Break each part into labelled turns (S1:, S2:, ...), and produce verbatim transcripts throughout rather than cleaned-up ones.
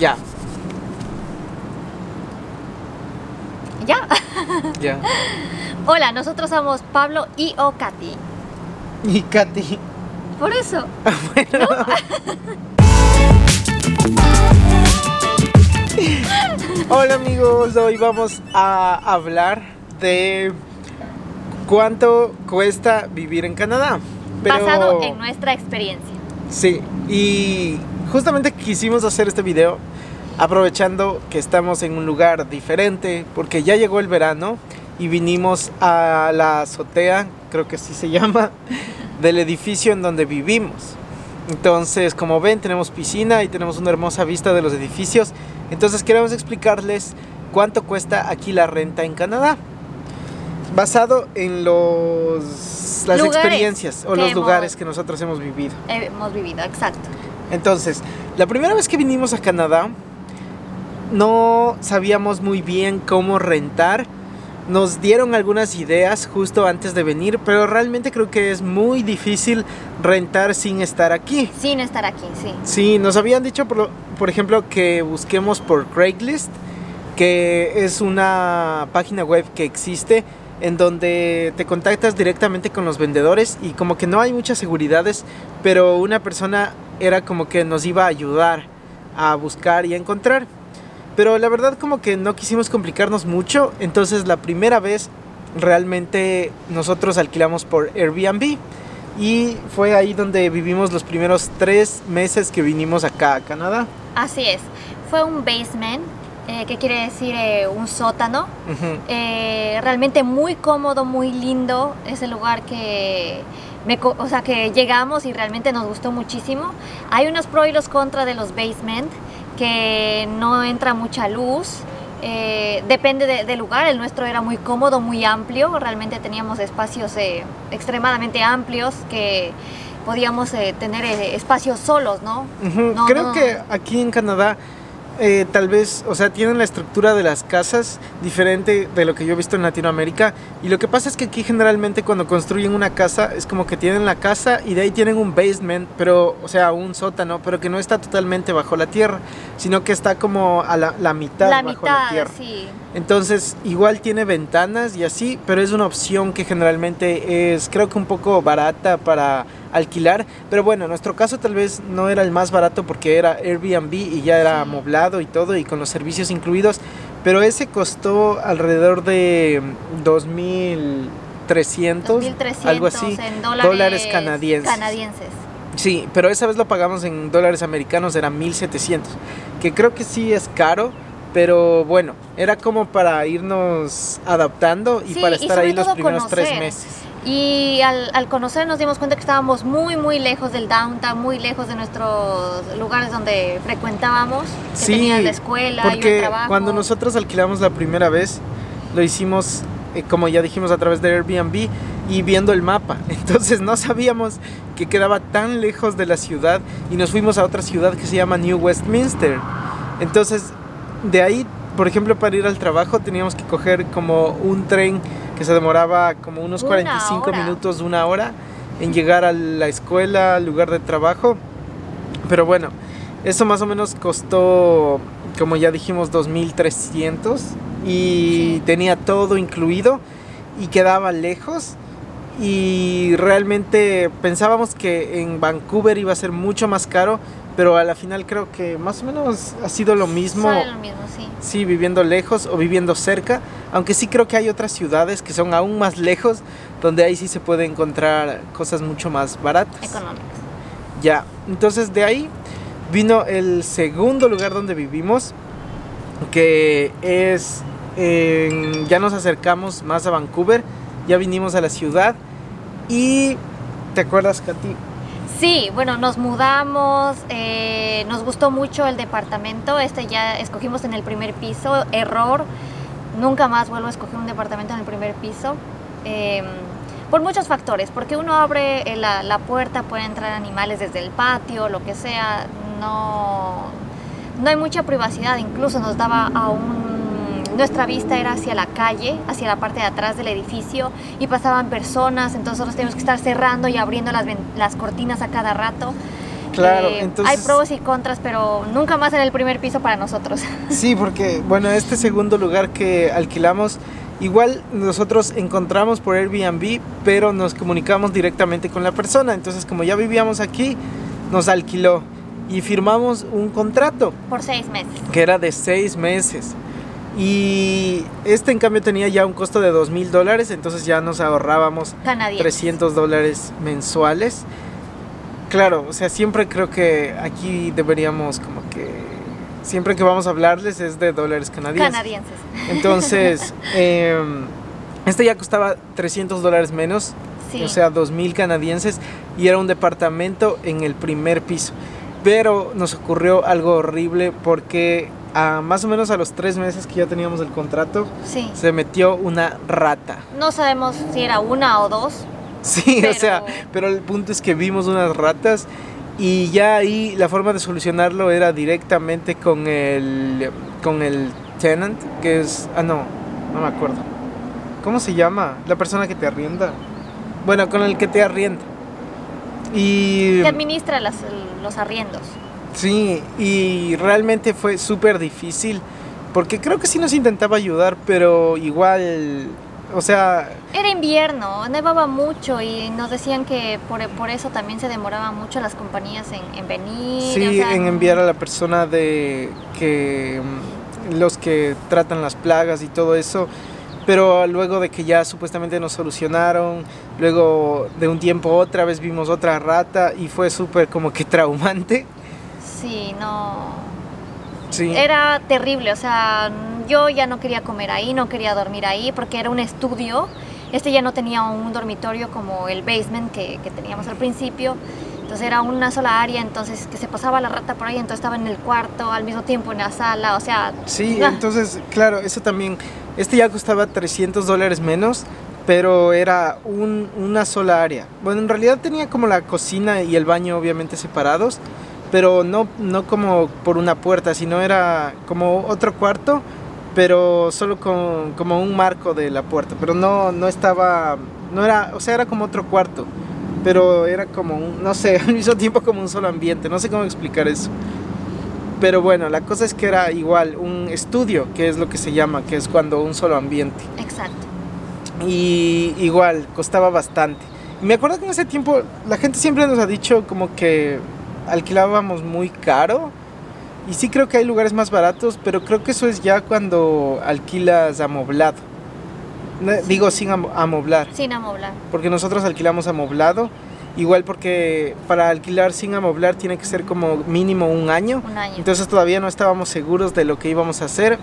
S1: Ya.
S2: ¿Ya?
S1: Ya.
S2: Hola, nosotros somos Pablo y o Katy.
S1: Y Katy.
S2: Por eso.
S1: Bueno. Hola amigos, hoy vamos a hablar de cuánto cuesta vivir en Canadá. Pero...
S2: basado en nuestra experiencia.
S1: Sí, y justamente quisimos hacer este video aprovechando que estamos en un lugar diferente, porque ya llegó el verano y vinimos a la azotea, creo que así se llama, del edificio en donde vivimos. Entonces, como ven, tenemos piscina y tenemos una hermosa vista de los edificios. Entonces queremos explicarles cuánto cuesta aquí la renta en Canadá, basado en los, las
S2: lugares
S1: experiencias o los
S2: hemos,
S1: lugares que nosotros hemos vivido.
S2: Hemos vivido, exacto.
S1: Entonces, la primera vez que vinimos a Canadá, no sabíamos muy bien cómo rentar. Nos dieron algunas ideas justo antes de venir, pero realmente creo que es muy difícil rentar sin estar aquí.
S2: Sin estar aquí, sí.
S1: Sí, nos habían dicho, por, por ejemplo, que busquemos por Craigslist, que es una página web que existe en donde te contactas directamente con los vendedores y como que no hay muchas seguridades, pero una persona era como que nos iba a ayudar a buscar y a encontrar. Pero la verdad como que no quisimos complicarnos mucho, entonces la primera vez realmente nosotros alquilamos por Airbnb y fue ahí donde vivimos los primeros tres meses que vinimos acá a Canadá.
S2: Así es, fue un basement, eh, que quiere decir eh, un sótano,
S1: Uh-huh.
S2: eh, realmente muy cómodo, muy lindo, es el lugar que... Me, o sea que llegamos y realmente nos gustó muchísimo. Hay unos pros y los contras de los basement, que no entra mucha luz, eh, depende de, del lugar. El nuestro era muy cómodo, muy amplio, realmente teníamos espacios eh, extremadamente amplios que podíamos eh, tener eh, espacios solos, ¿no?
S1: Uh-huh.
S2: no
S1: Creo
S2: no,
S1: que aquí en Canadá eh, tal vez, o sea, tienen la estructura de las casas diferente de lo que yo he visto en Latinoamérica, y lo que pasa es que aquí generalmente cuando construyen una casa es como que tienen la casa y de ahí tienen un basement, pero, o sea, un sótano, pero que no está totalmente bajo la tierra, sino que está como a la, la mitad
S2: la
S1: bajo
S2: mitad,
S1: la tierra.
S2: sí.
S1: Entonces igual tiene ventanas y así, pero es una opción que generalmente es, creo que un poco barata para alquilar. Pero bueno, en nuestro caso tal vez no era el más barato porque era Airbnb y ya era
S2: Sí.
S1: amoblado y todo y con los servicios incluidos, pero ese costó alrededor de dos mil trescientos,
S2: dos mil trescientos
S1: algo así,
S2: en dólares,
S1: dólares canadienses.
S2: canadienses.
S1: Sí, pero esa vez lo pagamos en dólares americanos, era mil setecientos, que creo que sí es caro, pero bueno, era como para irnos adaptando y
S2: Sí,
S1: para
S2: y
S1: estar
S2: sobre
S1: ahí los
S2: todo
S1: primeros
S2: conocer.
S1: tres meses.
S2: Y al, al conocer nos dimos cuenta que estábamos muy muy lejos del downtown, muy lejos de nuestros lugares donde frecuentábamos, que
S1: Sí,
S2: tenían la escuela y el
S1: porque
S2: trabajo.
S1: cuando nosotros alquilamos la primera vez, lo hicimos, eh, como ya dijimos, a través de Airbnb y viendo el mapa. Entonces no sabíamos que quedaba tan lejos de la ciudad y nos fuimos a otra ciudad que se llama New Westminster. Entonces, de ahí, por ejemplo, para ir al trabajo teníamos que coger como un tren que se demoraba como unos
S2: Una
S1: cuarenta y cinco
S2: hora.
S1: minutos, una hora en llegar a la escuela, al lugar de trabajo. Pero bueno, eso más o menos costó, como ya dijimos, dos mil trescientos y
S2: Sí.
S1: tenía todo incluido y quedaba lejos. Y realmente pensábamos que en Vancouver iba a ser mucho más caro, pero a la final creo que más o menos ha sido lo mismo.
S2: Sale lo mismo, sí.
S1: Sí, viviendo lejos o viviendo cerca, aunque sí creo que hay otras ciudades que son aún más lejos, donde ahí sí se puede encontrar cosas mucho más baratas.
S2: Económicos.
S1: Ya, entonces de ahí vino el segundo lugar donde vivimos, que es, en- ya nos acercamos más a Vancouver, ya vinimos a la ciudad y, ¿te acuerdas, Katy?
S2: Sí, bueno, nos mudamos, eh, nos gustó mucho el departamento, este ya escogimos en el primer piso, error, nunca más vuelvo a escoger un departamento en el primer piso, eh, por muchos factores, porque uno abre eh, la, la puerta, pueden entrar animales desde el patio, lo que sea, no, no hay mucha privacidad, incluso nos daba a un... Nuestra vista era hacia la calle, hacia la parte de atrás del edificio y pasaban personas, entonces nosotros teníamos que estar cerrando y abriendo las, ven- las cortinas a cada rato.
S1: Claro,
S2: Eh,
S1: entonces...
S2: Hay pros y contras, pero nunca más en el primer piso para nosotros.
S1: Sí, porque, bueno, este segundo lugar que alquilamos, igual nosotros encontramos por Airbnb, pero nos comunicamos directamente con la persona. Entonces, como ya vivíamos aquí, nos alquiló y firmamos un contrato
S2: Por seis meses.
S1: que era de seis meses. Y este, en cambio, tenía ya un costo de dos mil dólares, entonces ya nos ahorrábamos
S2: Canadienses.
S1: trescientos dólares mensuales. Claro, o sea, siempre creo que aquí deberíamos como que... Siempre que vamos a hablarles es de dólares canadienses.
S2: Canadienses.
S1: Entonces, eh, este ya costaba trescientos dólares menos,
S2: Sí.
S1: o sea, dos mil canadienses, y era un departamento en el primer piso. Pero nos ocurrió algo horrible porque a, más o menos a los tres meses que ya teníamos el contrato,
S2: Sí.
S1: se metió una rata.
S2: No sabemos si era una o dos.
S1: Sí,
S2: Pero-
S1: o sea, pero el punto es que vimos unas ratas y ya ahí la forma de solucionarlo era directamente con el con el tenant, que es, ah no, no me acuerdo. ¿Cómo se llama? La persona que te arrienda. Bueno, con el que te arrienda. Y
S2: Que administra las- los arriendos.
S1: sí, y realmente fue súper difícil porque creo que sí nos intentaba ayudar, pero igual, o sea,
S2: Era invierno, nevaba mucho y nos decían que por, por eso también se demoraban mucho las compañías en, en venir.
S1: sí,
S2: o sea,
S1: en enviar a la persona de que mm, los que tratan las plagas y todo eso, pero luego de que ya supuestamente nos solucionaron, luego de un tiempo otra vez vimos otra rata y fue súper como que traumante.
S2: Sí, no.
S1: Sí,
S2: Era terrible, o sea, yo ya no quería comer ahí, no quería dormir ahí porque era un estudio. Este ya no tenía un dormitorio como el basement que, que teníamos al principio. Entonces era una sola área, entonces que se pasaba la rata por ahí, entonces estaba en el cuarto, al mismo tiempo en la sala, o sea...
S1: sí,
S2: ah,
S1: entonces, claro, eso también, este ya costaba trescientos dólares menos, pero era un, una sola área. Bueno, en realidad tenía como la cocina y el baño obviamente separados, pero no, no como por una puerta, sino era como otro cuarto, pero solo con como un marco de la puerta, pero no, no estaba, no era, o sea, era como otro cuarto, pero era como un, no sé, al mismo tiempo como un solo ambiente, no sé cómo explicar eso. Pero bueno, la cosa es que era igual un estudio, que es lo que se llama, que es cuando un solo ambiente.
S2: exacto.
S1: Y igual, costaba bastante. Y me acuerdo que en ese tiempo la gente siempre nos ha dicho como que alquilábamos muy caro. Y sí creo que hay lugares más baratos, pero creo que eso es ya cuando alquilas amoblado. No, digo sin am- amoblar,
S2: Sin amoblar.
S1: porque nosotros alquilamos amoblado. Igual porque para alquilar sin amoblar tiene que ser como mínimo un año.
S2: Un año.
S1: Entonces todavía no estábamos seguros de lo que íbamos a hacer.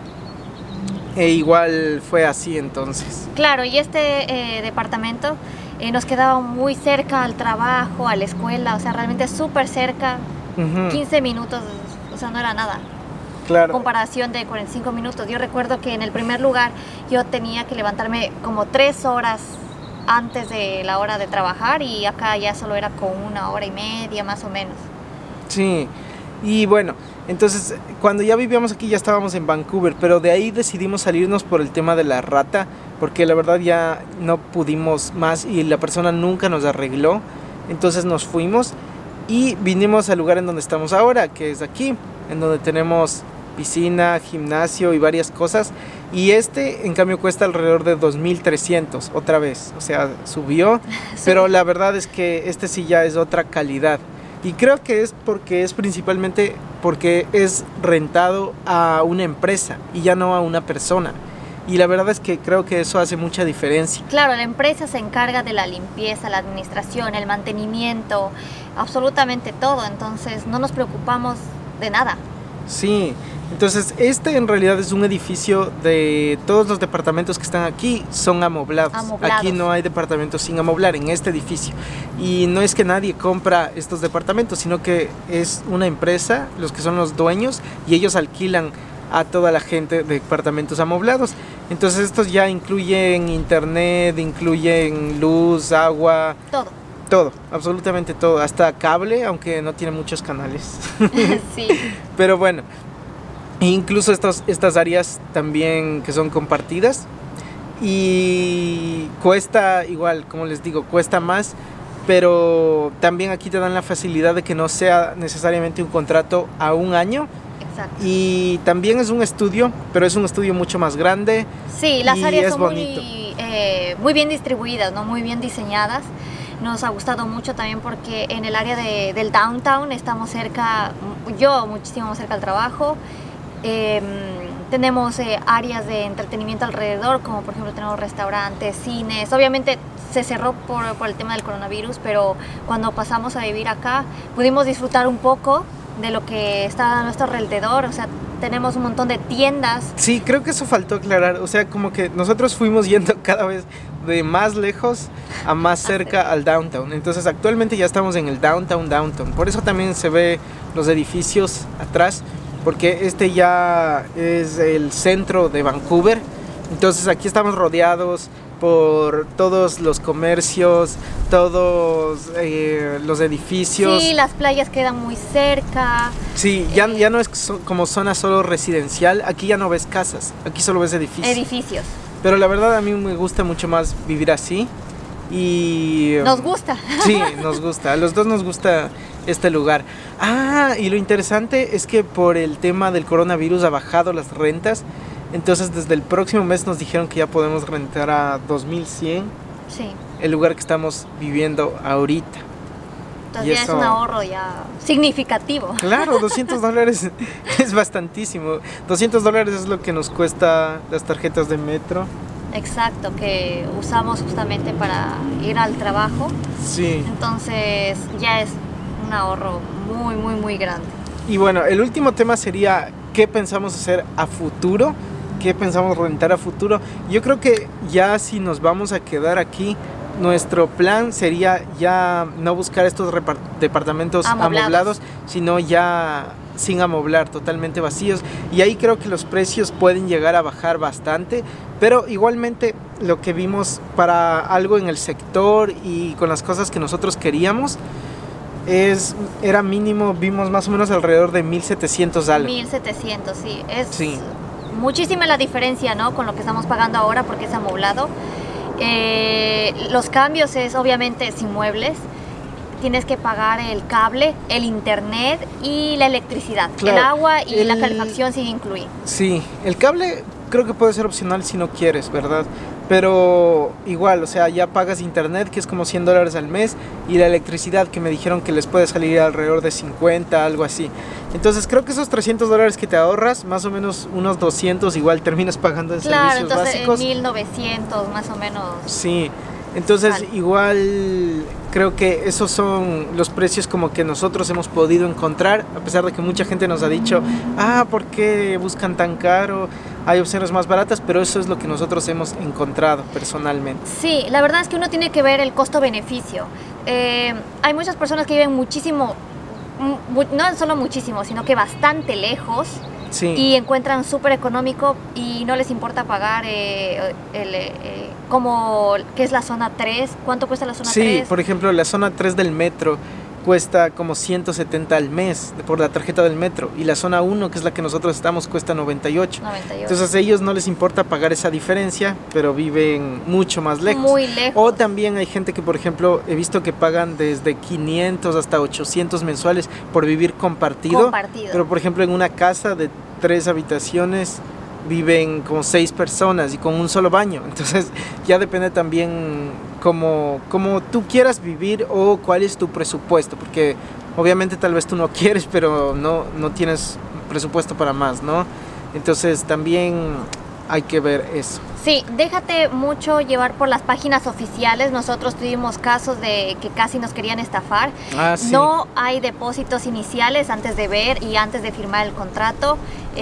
S1: E igual fue así entonces.
S2: Claro, y este eh, departamento eh, nos quedaba muy cerca al trabajo, a la escuela, o sea, realmente súper cerca,
S1: Ujú,
S2: quince minutos, o sea, no era nada.
S1: claro.
S2: Comparación de cuarenta y cinco minutos. Yo recuerdo que en el primer lugar yo tenía que levantarme como tres horas antes de la hora de trabajar y acá ya solo era con una hora y media más o menos.
S1: Sí. Y bueno, entonces cuando ya vivíamos aquí ya estábamos en Vancouver, pero de ahí decidimos salirnos por el tema de la rata, porque la verdad ya no pudimos más y la persona nunca nos arregló. Entonces nos fuimos y vinimos al lugar en donde estamos ahora, que es aquí, en donde tenemos piscina, gimnasio y varias cosas. Y este, en cambio, cuesta alrededor de dos mil trescientos, otra vez. O sea, subió, pero la verdad es que este sí ya es otra calidad. Y creo que es porque es principalmente porque es rentado a una empresa y ya no a una persona. Y la verdad es que creo que eso hace mucha diferencia.
S2: Claro, la empresa se encarga de la limpieza, la administración, el mantenimiento, absolutamente todo, entonces no nos preocupamos de nada.
S1: Sí, entonces este en realidad es un edificio de todos los departamentos que están aquí son amoblados.
S2: Amoblados.
S1: Aquí no hay departamentos sin amoblar en este edificio. Y no es que nadie compra estos departamentos, sino que es una empresa, los que son los dueños, y ellos alquilan a toda la gente de departamentos amoblados. Entonces estos ya incluyen internet, incluyen luz, agua,
S2: Todo.
S1: todo, absolutamente todo, hasta cable, aunque no tiene muchos canales.
S2: Sí.
S1: Pero bueno, incluso estos, estas áreas también que son compartidas y cuesta igual, como les digo, cuesta más pero también aquí te dan la facilidad de que no sea necesariamente un contrato a un año.
S2: Exacto.
S1: Y también es un estudio, pero es un estudio mucho más grande.
S2: Sí, las
S1: y
S2: áreas
S1: es
S2: son
S1: bonito.
S2: muy, eh, muy bien distribuidas, ¿no? Muy bien diseñadas. Nos ha gustado mucho también porque en el área de, del downtown estamos cerca, yo muchísimo más cerca al trabajo. Eh, tenemos eh, áreas de entretenimiento alrededor, como por ejemplo tenemos restaurantes, cines. Obviamente se cerró por, por el tema del coronavirus, pero cuando pasamos a vivir acá pudimos disfrutar un poco de lo que está a nuestro alrededor. O sea, tenemos un montón de tiendas.
S1: Sí, creo que eso faltó aclarar. O sea, como que nosotros fuimos yendo cada vez de más lejos a más cerca al downtown. Entonces actualmente ya estamos en el downtown, downtown. Por eso también se ve los edificios atrás, porque este ya es el centro de Vancouver. Entonces aquí estamos rodeados por todos los comercios, todos eh, los edificios.
S2: Sí, las playas quedan muy cerca.
S1: Sí, ya, ya no es so- como zona solo residencial, aquí ya no ves casas, aquí solo ves edificios.
S2: Edificios.
S1: Pero la verdad a mí me gusta mucho más vivir así y...
S2: Nos gusta.
S1: Sí, nos gusta, a los dos nos gusta este lugar. Ah, y lo interesante es que por el tema del coronavirus ha bajado las rentas. Entonces desde el próximo mes nos dijeron que ya podemos rentar a dos mil cien
S2: Sí.
S1: el lugar que estamos viviendo ahorita.
S2: Entonces
S1: Y
S2: ya
S1: eso-
S2: es un ahorro ya significativo.
S1: Claro, doscientos dólares es bastantísimo. doscientos dólares es lo que nos cuesta las tarjetas de metro.
S2: Exacto, que usamos justamente para ir al trabajo.
S1: Sí.
S2: Entonces ya es un ahorro muy, muy, muy grande.
S1: Y bueno, el último tema sería qué pensamos hacer a futuro, qué pensamos rentar a futuro. Yo creo que ya si nos vamos a quedar aquí, nuestro plan sería ya no buscar estos repar- departamentos
S2: Amoblados.
S1: amoblados, sino ya sin amoblar, totalmente vacíos. Y ahí creo que los precios pueden llegar a bajar bastante, pero igualmente lo que vimos para algo en el sector y con las cosas que nosotros queríamos, es, era mínimo, vimos más o menos alrededor de mil setecientos algo.
S2: mil setecientos, sí. Es
S1: Sí.
S2: muchísima la diferencia, ¿no? Con lo que estamos pagando ahora porque es amoblado. Eh, los cambios es obviamente sin muebles. Tienes que pagar el cable, el internet y la electricidad.
S1: Claro,
S2: el agua y la
S1: el-
S2: calefacción sin incluir.
S1: Sí, el cable creo que puede ser opcional si no quieres, ¿verdad? Pero igual, o sea, ya pagas internet, que es como cien dólares al mes, y la electricidad, que me dijeron que les puede salir alrededor de cincuenta, algo así. Entonces creo que esos trescientos dólares que te ahorras, más o menos unos doscientos, igual terminas pagando en
S2: Claro,
S1: servicios
S2: entonces
S1: básicos.
S2: en mil novecientos más o menos.
S1: Sí, entonces
S2: Vale.
S1: igual creo que esos son los precios como que nosotros hemos podido encontrar, a pesar de que mucha gente nos ha dicho, ah, ¿por qué buscan tan caro? Hay opciones más baratas, pero eso es lo que nosotros hemos encontrado personalmente.
S2: Sí, la verdad es que uno tiene que ver el costo-beneficio. Eh, hay muchas personas que viven muchísimo, mu- no solo muchísimo, sino que bastante lejos
S1: Sí,
S2: y encuentran súper económico y no les importa pagar eh, el, eh, como que es la zona tres. ¿Cuánto cuesta la zona
S1: sí,
S2: tres?
S1: por ejemplo, la zona tres del metro cuesta como ciento setenta al mes por la tarjeta del metro, y la zona uno, que es la que nosotros estamos, cuesta noventa y ocho.
S2: noventa y ocho.
S1: Entonces a ellos no les importa pagar esa diferencia, pero viven mucho más lejos.
S2: Muy lejos.
S1: O también hay gente que, por ejemplo, he visto que pagan desde quinientos hasta ochocientos mensuales por vivir compartido.
S2: Compartido.
S1: Pero, por ejemplo, en una casa de tres habitaciones viven como seis personas y con un solo baño. Entonces ya depende también como, como tú quieras vivir o cuál es tu presupuesto. Porque obviamente tal vez tú no quieres, pero no, no tienes presupuesto para más, ¿no? Entonces también hay que ver eso.
S2: Sí, déjate mucho llevar por las páginas oficiales. Nosotros tuvimos casos de que casi nos querían estafar.
S1: Ah, sí.
S2: No hay depósitos iniciales antes de ver y antes de firmar el contrato.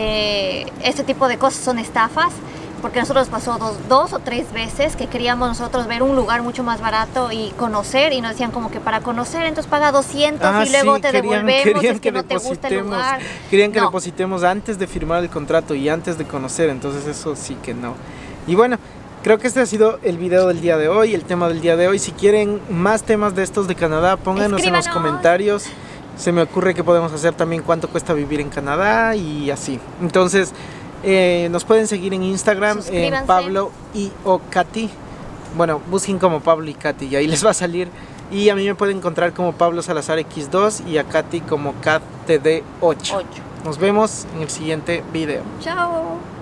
S2: Eh, este tipo de cosas son estafas, porque a nosotros pasó dos, dos o tres veces que queríamos nosotros ver un lugar mucho más barato y conocer, y nos decían como que para conocer entonces paga doscientos
S1: Ah,
S2: y luego
S1: sí,
S2: te
S1: querían-
S2: devolvemos,
S1: querían
S2: es que,
S1: que
S2: no te gusta el
S1: depositemos.
S2: lugar.
S1: Querían que
S2: No.
S1: depositemos antes de firmar el contrato y antes de conocer, entonces eso sí que no. Y bueno, creo que este ha sido el video del día de hoy, el tema del día de hoy. Si quieren más temas de estos de Canadá, pónganos en los
S2: Escríbanos.
S1: comentarios. Se me ocurre que podemos hacer también cuánto cuesta vivir en Canadá y así. Entonces, eh, nos pueden seguir en Instagram, en
S2: Suscríbanse.
S1: Pablo y o Katy. Bueno, busquen como Pablo y Katy y ahí les va a salir. Y a mí me pueden encontrar como Pablo Salazar equis dos y a Katy como Kat T D ocho.
S2: ocho.
S1: Nos vemos en el siguiente video.
S2: Chao.